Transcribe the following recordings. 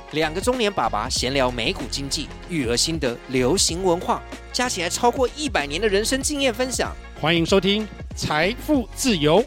两个中年爸爸闲聊美股经济、育儿心得、流行文化，加起来超过100年的人生经验分享。 欢迎收听《财富自由》，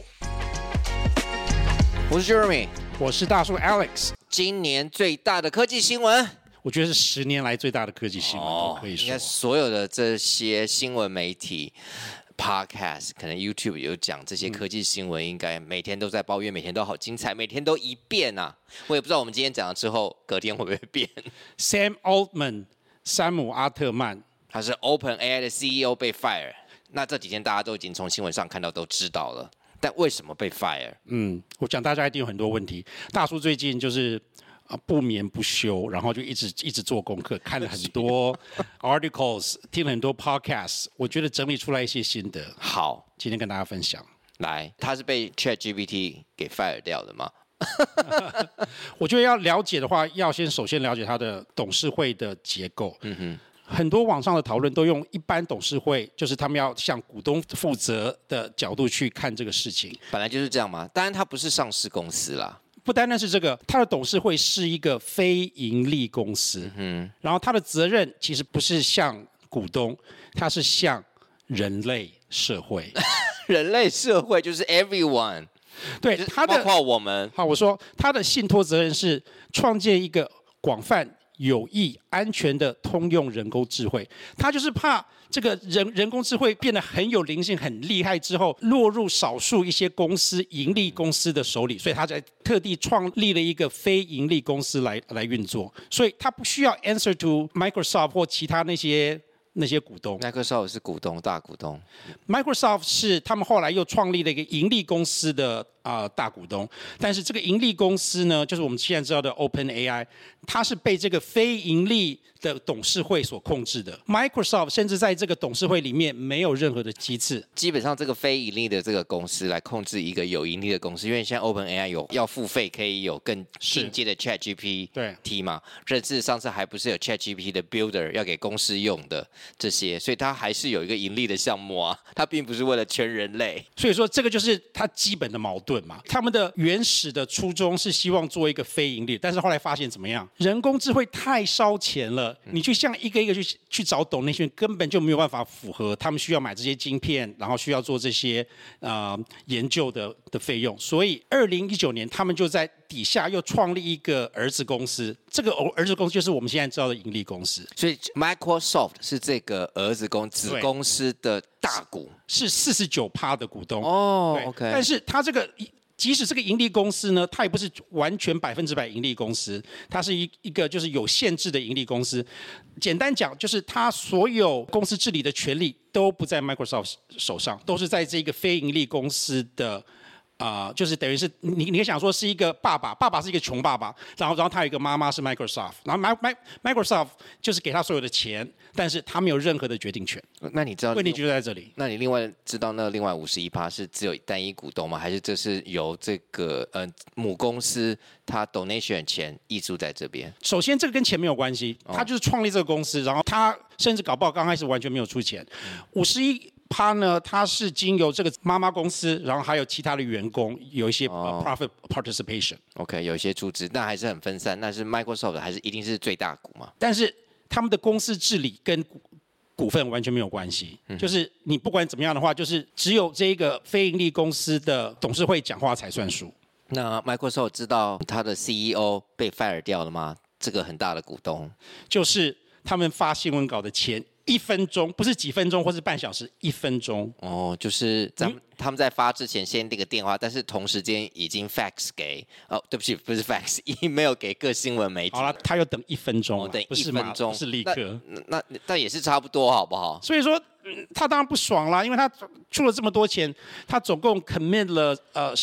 我是 Jeremy， 我是大叔 Alex。 今年最大的科技新闻， 我觉得是10年来最大的科技新闻，都可以说。 应该所有的这些新闻媒体。Podcast 可能 YouTube 有讲这些科技新闻，应该每天都在抱怨，每天都好精彩，每天都一变啊！我也不知道我们今天讲了之后，隔天会不会变。 Sam Altman 山姆阿特曼， 他是 OpenAI 的 CEO 被 fire， 那这几天大家都已经从新闻上看到都知道了，但为什么被 fire？ 我想大家一定有很多问题。大叔最近就是不眠不休，然后就一直做功课，看了很多 articles， 听了很多 podcasts， 我觉得整理出来一些心得。 好， 今天跟大家分享。 来，他是被 ChatGPT 给 fire 掉的吗？ 我觉得要了解的话，首先了解他的董事会的结构。很多网上的讨论都用一般董事会，就是他们要向股东负责的角度去看这个事情。 本来就是这样嘛，当然它不是上市公司啦。 不单单是这个，他的董事会是一个非盈利公司，然后他的责任其实不是向股东，他是向人类社会。 人类社会就是 everyone， 对，他的包括我们。 好，我说他的信托责任是创建一个广泛、有益、安全的通用人工智慧。他就是怕这个人工智慧变得很有灵性、很厉害之后，落入少数一些公司、盈利公司的手里，所以他才特地创立了一个非盈利公司来运作。所以他不需要 answer to Microsoft 或其他那些股东。 Microsoft 是股东，大股东。 Microsoft 是他们后来又创立了一个盈利公司的大股东，但是这个盈利公司呢，就是我们现在知道的 OpenAI， 它是被这个非盈利的董事会所控制的。Microsoft 甚至在这个董事会里面没有任何的机制。 基本上这个非盈利的这个公司来控制一个有盈利的公司，因为现在 OpenAI 有要付费，可以有更进阶的 ChatGPT 嘛，甚至上次还不是有 ChatGPT 的 Builder 要给公司用的这些，所以它还是有一个盈利的项目啊，它并不是为了全人类。 所以说这个就是它基本的矛盾嘛。他们的原始的初衷是希望做一个非盈利，但是后来发现怎么样？人工智慧太烧钱了，你去像一个一个去找donation，根本就没有办法符合他们需要买这些晶片，然后需要做这些研究的费用。所以2019年他们就在底下又创立一个儿子公司，这个儿子公司就是我们现在知道的盈利公司。 所以 Microsoft 是这个儿子子公司的大股， 是49%的股东。 OK。 但是它这个即使这个盈利公司呢，它也不是完全100%盈利公司，它是一个就是有限制的盈利公司。简单讲，就是它所有公司治理的权利都不在 Microsoft 手上，都是在这个非盈利公司的。就是等于是你可以想说是一个爸爸是一个穷爸爸，然后他有一个妈妈是 Microsoft， 然后 Microsoft 就是给他所有的钱，但是他没有任何的决定权。 那你知道问题就在这里。 那你另外知道那另外51%是只有单一股东吗？还是这是由这个母公司它 donation 钱挹注在这边？ 首先这个跟钱没有关系，他就是创立这个公司，然后他甚至搞不好刚开始完全没有出钱。51%呢，它是经由这个妈妈公司，然后还有其他的员工有一些profit participation。OK， 有一些出资，但还是很分散。但是 Microsoft 还是一定是最大股嘛？ 但是他们的公司治理跟股份完全没有关系，就是你不管怎么样的话，就是只有这个非盈利公司的董事会讲话才算数。 那 Microsoft 知道他的 CEO 被 fire 掉了吗？这个很大的股东， 就是他们发新闻稿的前1分钟，不是几分钟或是半小时，1分钟。 就是他们在发之前先那个电话，但是同时间已经 fax 给对不起，不是 fax，email 给各新闻媒体。 好了，他又等1分钟， 等1分钟， 不是立刻。 那也是差不多，好不好？ 所以说，他当然不爽啦，因为他出了这么多钱，他总共 commit 了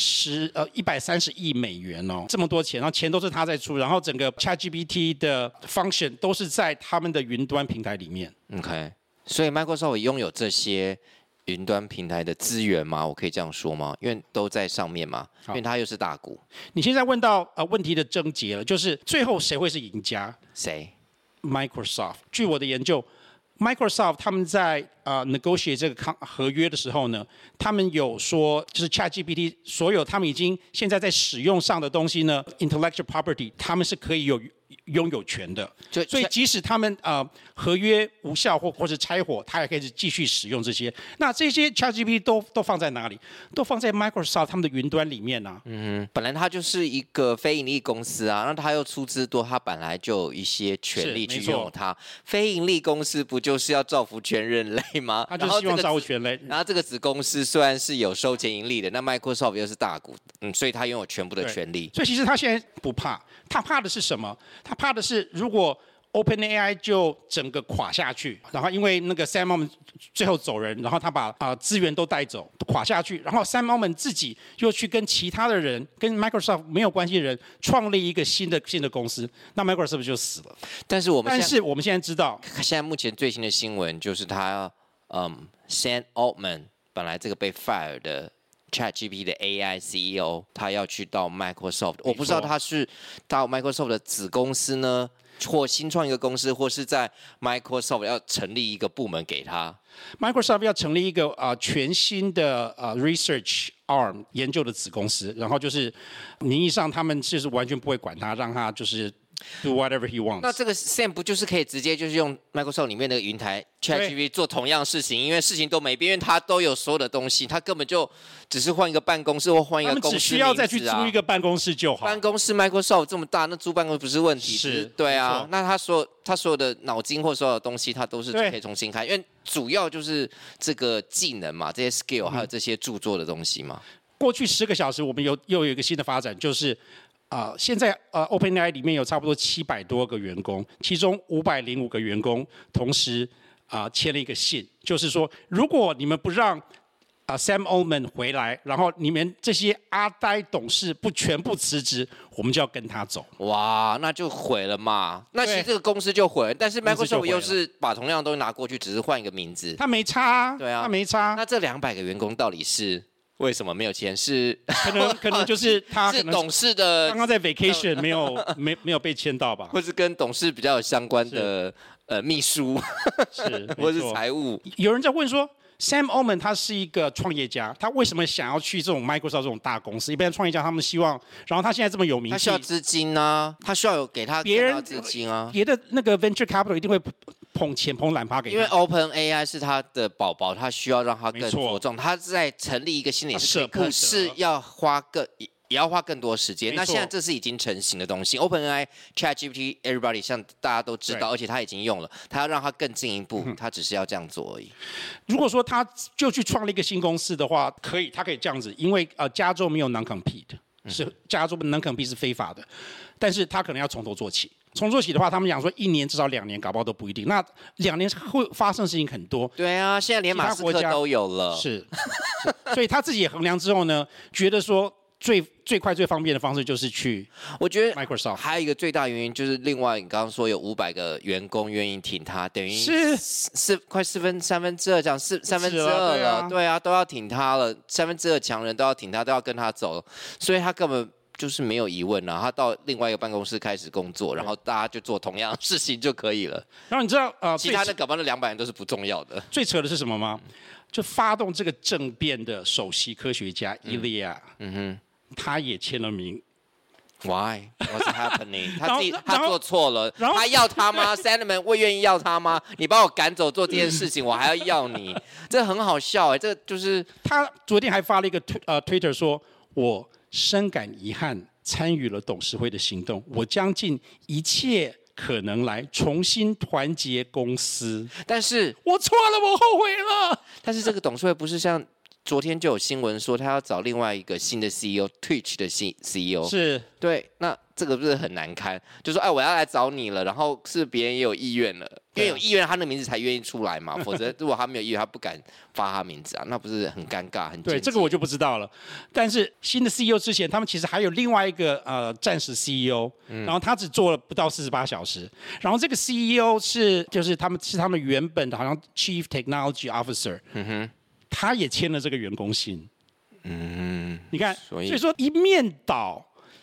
130亿美元哦，这么多钱，然后钱都是他在出，然后整个 ChatGPT 的 function 都是在他们的云端平台里面。 OK， 所以 Microsoft 拥有这些云端平台的资源吗？我可以这样说吗？因为都在上面嘛，因为它又是大股。 你现在问到问题的症结了，就是最后谁会是赢家？ 谁 ？Microsoft。据我的研究，Microsoft 他们在 negotiate 这个合约的时候呢，他们有说，就是 ChatGPT 所有他们已经现在在使用上的东西呢 ，intellectual property 他们是可以拥有权的，所以即使他们合约无效或者拆伙，他也可以继续使用这些。那这些 ChatGPT 都放在哪里？都放在 Microsoft 他们的云端里面啊。 本来它就是一个非盈利公司啊，那它又出资多，它本来就有一些权利去拥有它。非盈利公司不就是要造福全人类吗？ 他就是希望造福全人类。 然后这个子公司虽然是有收钱盈利的，那 Microsoft 又是大股，所以他拥有全部的权利。 所以其实他现在不怕，他怕的是什么？他怕的是如果 OpenAI 就整个垮下去，然后因为那个 Sam Altman 最后走人，然后他把资源都带走，垮下去，然后 Sam Altman 自己又去跟其他的人，跟 Microsoft 没有关系的人创立一个新的公司，那 Microsoft 就死了。但是我们现在知道， 现在目前最新的新闻就是他Sam Altman 本来这个被 fire 的 ChatGPT 的 AI CEO， 他要去到 Microsoft， 我不知道他是到 Microsoft 的子公司呢，或新创一个公司，或是在 Microsoft 要成立一个部门给他。 Microsoft 要成立一个全新的research arm 研究的子公司，然后就是名义上他们就是完全不会管他，让他就是do whatever he wants。 那这个 Sam 不就是可以直接就是用 Microsoft 里面的云台 ChatGPT 做同样的事情，因为事情都没变，因为他都有所有的东西，他根本就只是换一个办公室或换一个公司名字啊。他们只需要再去租一个办公室就好。 办公室 Microsoft 这么大，那租办公室不是问题。 是， 对啊。那他所有的脑筋或所有的东西，他都是可以重新开，因为主要就是这个技能嘛，这些 skill 还有这些著作的东西嘛。 过去10个小时，我们又有一个新的发展，就是现在OpenAI 里面有差不多700多个员工，其中505个员工同时签了一个信，就是说，如果你们不让Sam Altman 回来，然后你们这些阿呆董事不全部辞职，我们就要跟他走。 哇，那就毁了嘛！那其实这个公司就毁了，但是 Microsoft 又是把同样的东西拿过去，只是换一个名字。 他没差， 对啊， 他没差。 那这200个员工到底是为什么没有签？是可能就是他是董事的刚刚在 vacation 没有被签到吧？ 或是跟董事比较有相关的秘书， 是或是财务。 有人在问说，Sam Altman 他是一个创业家，他为什么想要去这种 Microsoft 这种大公司？一般创业家他们希望，然后他现在这么有名气， 他需要资金啊，他需要有给他别人资金啊， 别的那个 venture capital 一定会捧懒趴给他， 因为 OpenAI 是他的宝宝，他需要让他更茁壮。他在成立一个新的公司，可是也要花更多时间。那现在这是已经成型的东西 ，OpenAI ChatGPT Everybody 像大家都知道，而且他已经用了，他要让它更进一步，他只是要这样做而已。 如果说他就去创立一个新公司的话，他可以这样子，因为加州没有 non-compete， 是加州 non-compete 是非法的，但是他可能要从头做起。从做起的话，他们讲说1年至少2年，搞不好都不一定。那2年会发生的事情很多。 对啊，现在连马斯克都有了。 是，所以他自己也衡量之后呢，觉得说最快最方便的方式就是去 Microsoft。 我觉得还有一个最大原因就是另外你刚刚说有500个员工愿意挺他，等于是快3分之2这样3分之2了。对啊，都要挺他了，2分之2强人都要挺他，都要跟他走，所以他根本就是没有疑问啊，他到另外一个办公室开始工作，然后大家就做同样的事情就可以了。 然后你知道其他的搞不好那200人都是不重要的。 最扯的是什么吗？就发动这个政变的首席科学家伊利亚，他也签了名。 Why? What's happening? 他做错了，他要他吗 ？Sandman 会愿意要他吗？你把我赶走做这件事情，我还要你，这很好笑哎！这就是他昨天还发了一个Twitter 说，我深感遗憾参与了董事会的行动，我将尽一切可能来重新团结公司。 但是我错了，我后悔了。 但是这个董事会不是像昨天就有新闻说他要找另外一个新的 CEO，Twitch 的新 CEO。 是， 对，那这个不是很难堪？就说哎，我要来找你了，然后是别人也有意愿了，因为有意愿，他的名字才愿意出来嘛。否则如果他没有意愿，他不敢发他名字啊，那不是很尴尬、很对，这个我就不知道了。但是新的 CEO 之前，他们其实还有另外一个暂时 CEO，然后他只做了不到48小时。然后这个 CEO 就是他们原本的好像 Chief Technology Officer，他也签了这个员工信。你看，所以说一面倒。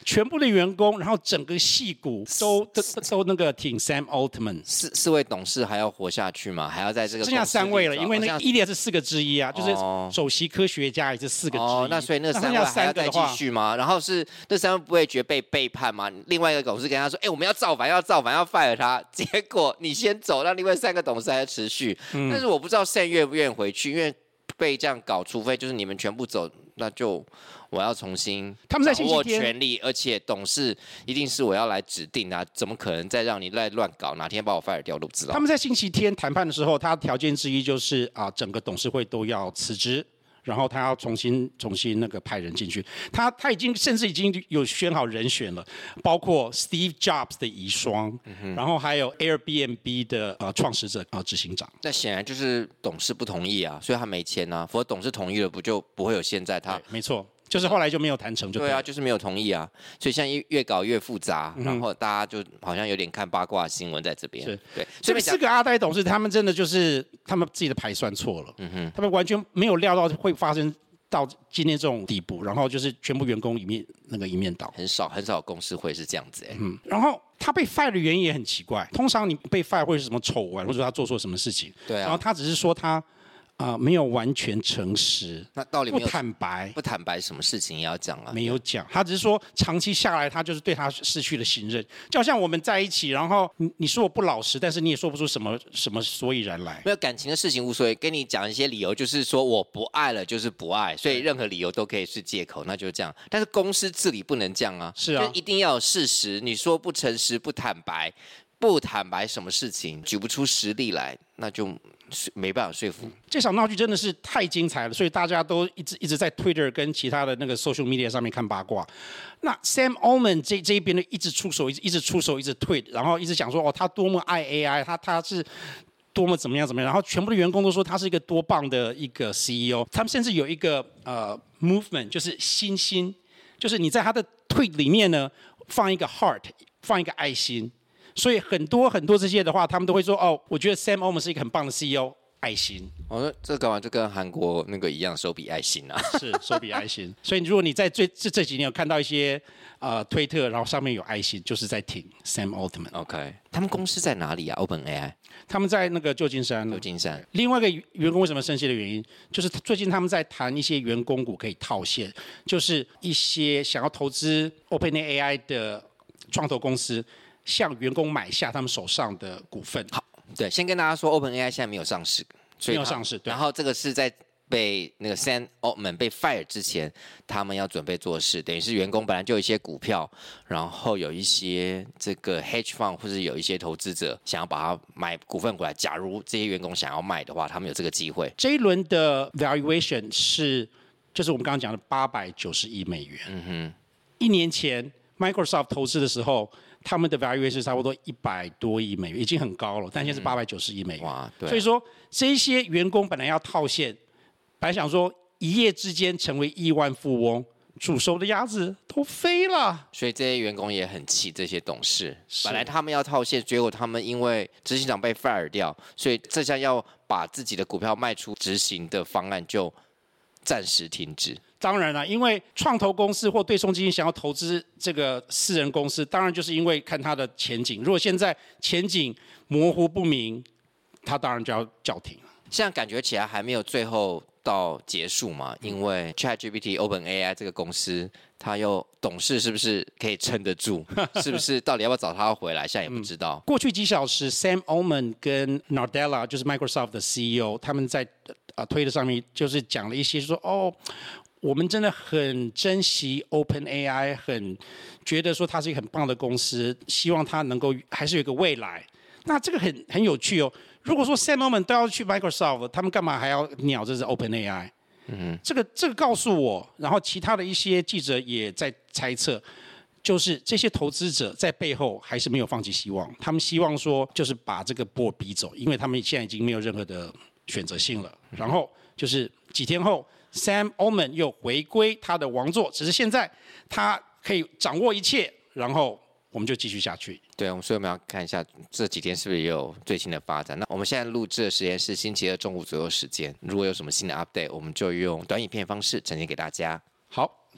全部的员工，然后整个矽谷都那个挺 Sam Altman。 四位董事还要活下去吗？还要在这个剩下3位了，因为那个Ilya是4个之一啊，就是首席科学家也是4个之一。 那所以那3位还要再继续吗？然后是那3位不会觉得被背叛吗？另外一个董事跟他说：“我们要造反，要 fire 他。”结果你先走，让另外3个董事还在持续。但是我不知道 Sam 愿不愿意回去，因为被这样搞，除非就是你们全部走，那就我要重新掌握权力，而且董事一定是我要来指定啊，怎么可能再让你来乱搞？哪天把我 fire 掉都不知道。 他们在星期天谈判的时候，他条件之一就是整个董事会都要辞职。然后他要重新那个派人进去，他甚至已经有选好人选了，包括 Steve Jobs 的遗孀，然后还有 Airbnb 的创始者执行长。 那显然就是董事不同意啊，所以他没签啊，否则董事同意了，就不会有现在他。 没错。就是后来就没有谈成就对啊，就是没有同意啊，所以现在越搞越复杂，然后大家就好像有点看八卦新闻在这边。 是， 对， 这4个阿呆董事，他们真的就是他们自己的盘算错了，他们完全没有料到会发生到今天这种地步，然后就是全部员工一面倒， 很少公司会是这样子然后他被 fire 的原因也很奇怪，通常你被 fire 会是什么丑闻，或者他做错什么事情， 对啊， 然后他只是说他。没有完全诚实， 那道理不坦白， 什么事情也要讲啊？ 没有讲，他只是说长期下来，他就是对他失去了信任。就好像我们在一起，然后你说我不老实，但是你也说不出什么所以然来。 没有感情的事情无所谓，跟你讲一些理由，就是说我不爱了，就是不爱，所以任何理由都可以是借口，那就这样。但是公司治理不能这样啊， 是啊， 就一定要有事实。你说不诚实、不坦白什么事情，举不出实例来，那就没办法说服。 这场闹剧真的是太精彩了，所以大家都一直在 Twitter 跟其他的那个 social media 上面看八卦。那 Sam Altman 这一边呢，一直出手，一直 tweet， 然后一直讲说他多么爱 AI， 他是多么怎么样，然后全部的员工都说他是一个多棒的一个 CEO。他们甚至有一个movement， 就是心，就是你在他的 tweet 里面呢放一个 heart， 放一个爱心。所以很多这些的话，他们都会说我觉得 Sam Altman 是一个很棒的 CEO， 爱心。 我说这干嘛就跟韩国那个一样，手比爱心啊？ 是手比爱心。所以如果你在这几年有看到一些推特，然后上面有爱心，就是在挺 Sam Altman。OK， 他们公司在哪里啊 ？OpenAI？ 他们在那个旧金山。另外一个员工为什么生气的原因，就是最近他们在谈一些员工股可以套现，就是一些想要投资 OpenAI 的创投公司。向员工买下他们手上的股份。 好，对，先跟大家说 ，OpenAI 现在没有上市， 没有上市。对。 然后这个是在被那个 Sam Altman 被 fire 之前，他们要准备做事，等于是员工本来就有一些股票，然后有一些这个 hedge fund 或者有一些投资者想要把它买股份回来。假如这些员工想要卖的话，他们有这个机会。 这一轮的 valuation 就是我们刚刚讲的890亿美元。1年前 Microsoft 投资的时候。他们的 valuation 差不多100多亿美元，已经很高了，但现在是890亿美元。哇，对。所以说，这些员工本来要套现，本来想说一夜之间成为亿万富翁，煮熟的鸭子都飞了。 所以这些员工也很气这些董事，本来他们要套现，结果他们因为执行长被 fire 掉，所以这项要把自己的股票卖出执行的方案就暂时停止。 当然了，因为创投公司或对冲基金想要投资这个私人公司，当然就是因为看它的前景。如果现在前景模糊不明，它当然就要叫停了。 现在感觉起来还没有最后到结束嘛？因为 ChatGPT、OpenAI 这个公司，它又董事是不是可以撑得住？是不是到底要不要找他回来？现在也不知道。 过去几小时 ，Sam Altman 跟 Nadella 就是 Microsoft 的 CEO， 他们在推特上面就是讲了一些说我们真的很珍惜 OpenAI， 很觉得说它是一个很棒的公司，希望它能够还是有一个未来。那这个很有趣哦。如果说 Sam Altman 都要去 Microsoft， 他们干嘛还要鸟这是 OpenAI？这个告诉我，然后其他的一些记者也在猜测，就是这些投资者在背后还是没有放弃希望，他们希望说就是把这个波逼走，因为他们现在已经没有任何的选择性了。然后就是几天后。Sam Altman 又回归他的王座，只是现在他可以掌握一切，然后我们就继续下去。 对，所以我们要看一下这几天是不是也有最新的发展。那我们现在录制的时间是星期2中午左右时间，如果有什么新的 update， 我们就用短影片方式呈现给大家。 好，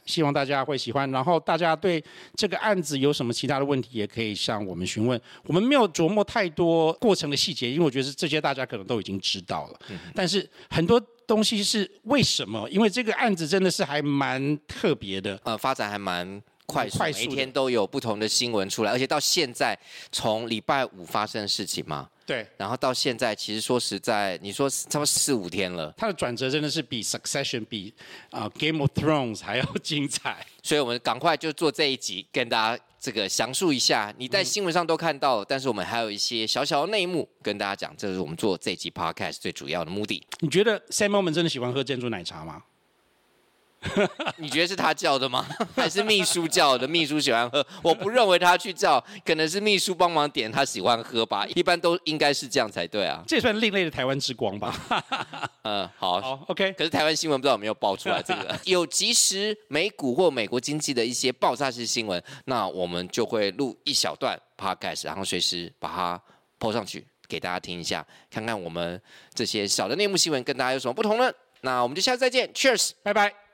希望大家会喜欢。然后大家对这个案子有什么其他的问题，也可以向我们询问。我们没有琢磨太多过程的细节，因为我觉得这些大家可能都已经知道了。但是很多东西是为什么？因为这个案子真的是还蛮特别的， 发展还蛮快速，每一天都有不同的新闻出来，而且到现在，从礼拜5发生的事情嘛， 对， 然后到现在，其实说实在，你说差不多4-5天了， 它的转折真的是比 Succession 比Game of Thrones 还要精彩， 所以我们赶快就做这一集，跟大家这个详述一下。你在新闻上都看到了，但是我们还有一些小小的内幕跟大家讲，这是我们做这一集 Podcast 最主要的目的。 你觉得 Sam Altman 真的喜欢喝珍珠奶茶吗？ 你觉得是他叫的吗？还是秘书叫的？秘书喜欢喝，我不认为他去叫，可能是秘书帮忙点，他喜欢喝吧。一般都应该是这样才对啊。 这也算另类的台湾之光吧。 好 ，OK。 可是台湾新闻不知道有没有爆出来这个有即时美股或美国经济的一些爆炸式新闻，那我们就会录一小段 podcast， 然后随时把它 po 上去给大家听一下，看看我们这些小的内幕新闻跟大家有什么不同呢？那我们就下次再见 ，Cheers， 拜拜。